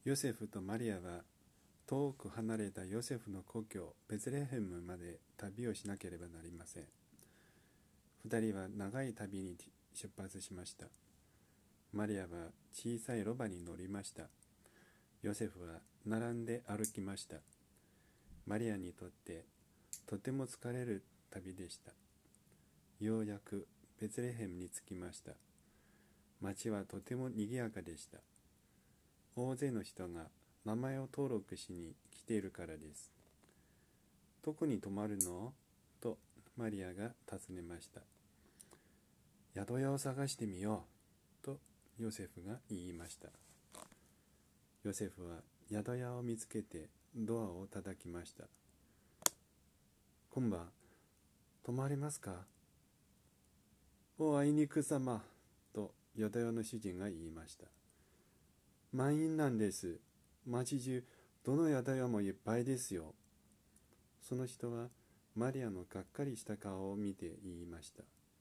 ヨセフとマリアは遠く離れたヨセフの故郷ベツレヘムまで旅をしなければなりません。二人は長い旅に出発しました。マリアは小さいロバに乗りました。ヨセフは並んで歩きました。マリアにとってとても疲れる旅でした。ようやくベツレヘムに着きました。町はとても賑やかでした。大勢の人が名前を登録しに来ているからです。どこに泊まるのとマリアが尋ねました。宿屋を探してみようとヨセフが言いました。ヨセフは宿屋を見つけてドアを叩きました。今晩泊まりますか？おあいにくさまと宿屋の主人が言いました。満員なんです。町中どの宿屋もいっぱいですよ。その人はマリアのがっかりした顔を見て言いました。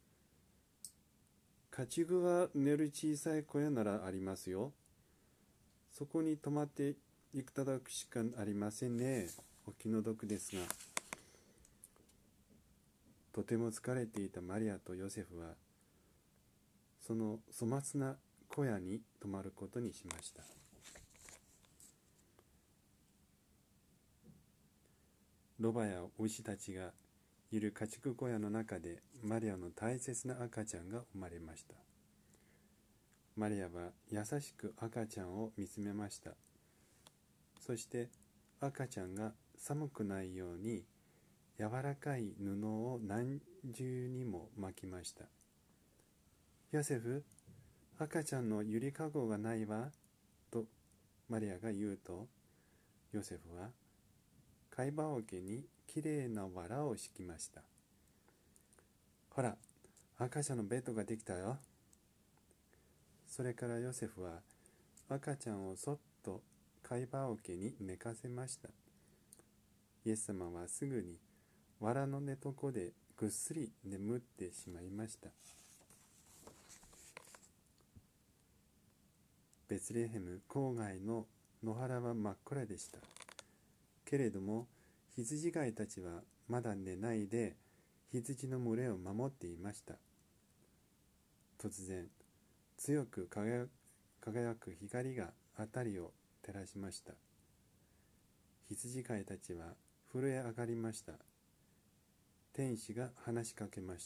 家畜が寝る小さい小屋ならありますよ。そこに泊まっていただくしかありませんね。お気の毒ですが。とても疲れていたマリアとヨセフはその粗末な小屋に泊まることにしました。ロバや牛たちがいる家畜小屋の中でマリアの大切な赤ちゃんが生まれました。マリアは優しく赤ちゃんを見つめました。そして赤ちゃんが寒くないように柔らかい布を何重にも巻きました。ヨセフ、赤ちゃんのゆりかごがないわとマリアが言うと、ヨセフは貝羽桶にきれいな藁を敷きました。ほら、赤ちゃんのベッドができたよ。それからヨセフは赤ちゃんをそっと貝羽桶に寝かせました。イエス様はすぐに藁の寝床でぐっすり眠ってしまいました。ベツレヘム郊外の野原は真っ暗でした。けれども羊飼いたちはまだ寝ないで羊の群れを守っていました。突然強く輝く光が辺りを照らしました。羊飼いたちは震え上がりました。天使が話しかけました。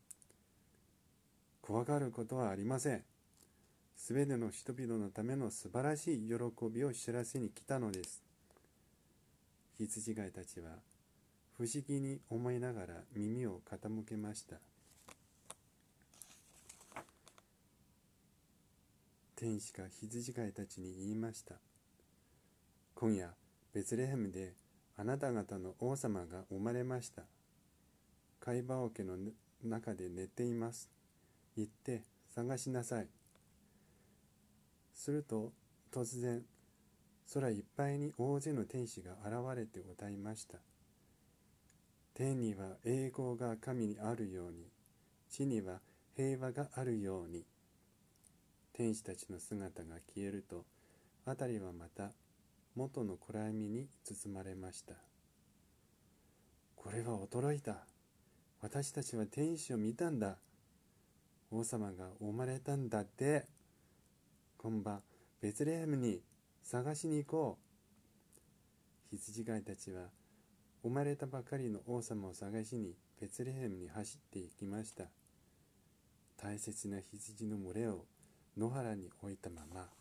怖がることはありません。すべての人々のための素晴らしい喜びを知らせに来たのです。羊飼いたちは不思議に思いながら耳を傾けました。天使が羊飼いたちに言いました。今夜ベツレヘムであなた方の王様が生まれました。貝羽桶の中で寝ています。行って探しなさい。すると突然空いっぱいに大勢の天使が現れて歌いました。天には栄光が神にあるように、地には平和があるように。天使たちの姿が消えると、辺りはまた元の暗闇に包まれました。これは驚いた。私たちは天使を見たんだ。王様が生まれたんだって。今晩ベツレヘムに探しに行こう。羊飼いたちは生まれたばかりの王様を探しにベツレヘムに走っていきました。大切な羊の群れを野原に置いたまま、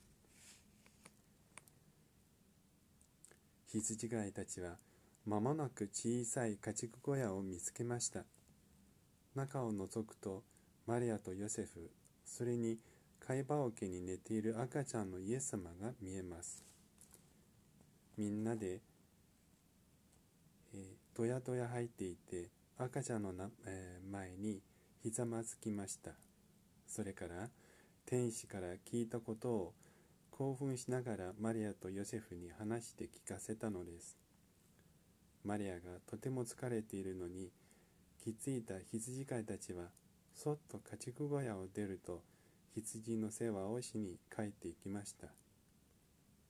羊飼いたちは間もなく小さい家畜小屋を見つけました。中を覗くとマリアとヨセフ、それに貝羽桶に寝ている赤ちゃんのイエス様が見えます。みんなで、どやどや入っていて赤ちゃんの前にひざまずきました。それから天使から聞いたことを興奮しながらマリアとヨセフに話して聞かせたのです。マリアがとても疲れているのに、気づいた羊飼いたちはそっと家畜小屋を出ると羊の世話をしに帰っていきました。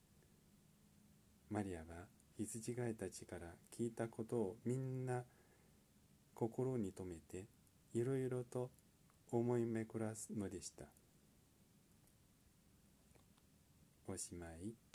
マリアは羊飼いたちから聞いたことをみんな心に留めていろいろと思い巡らすのでした。おしまい。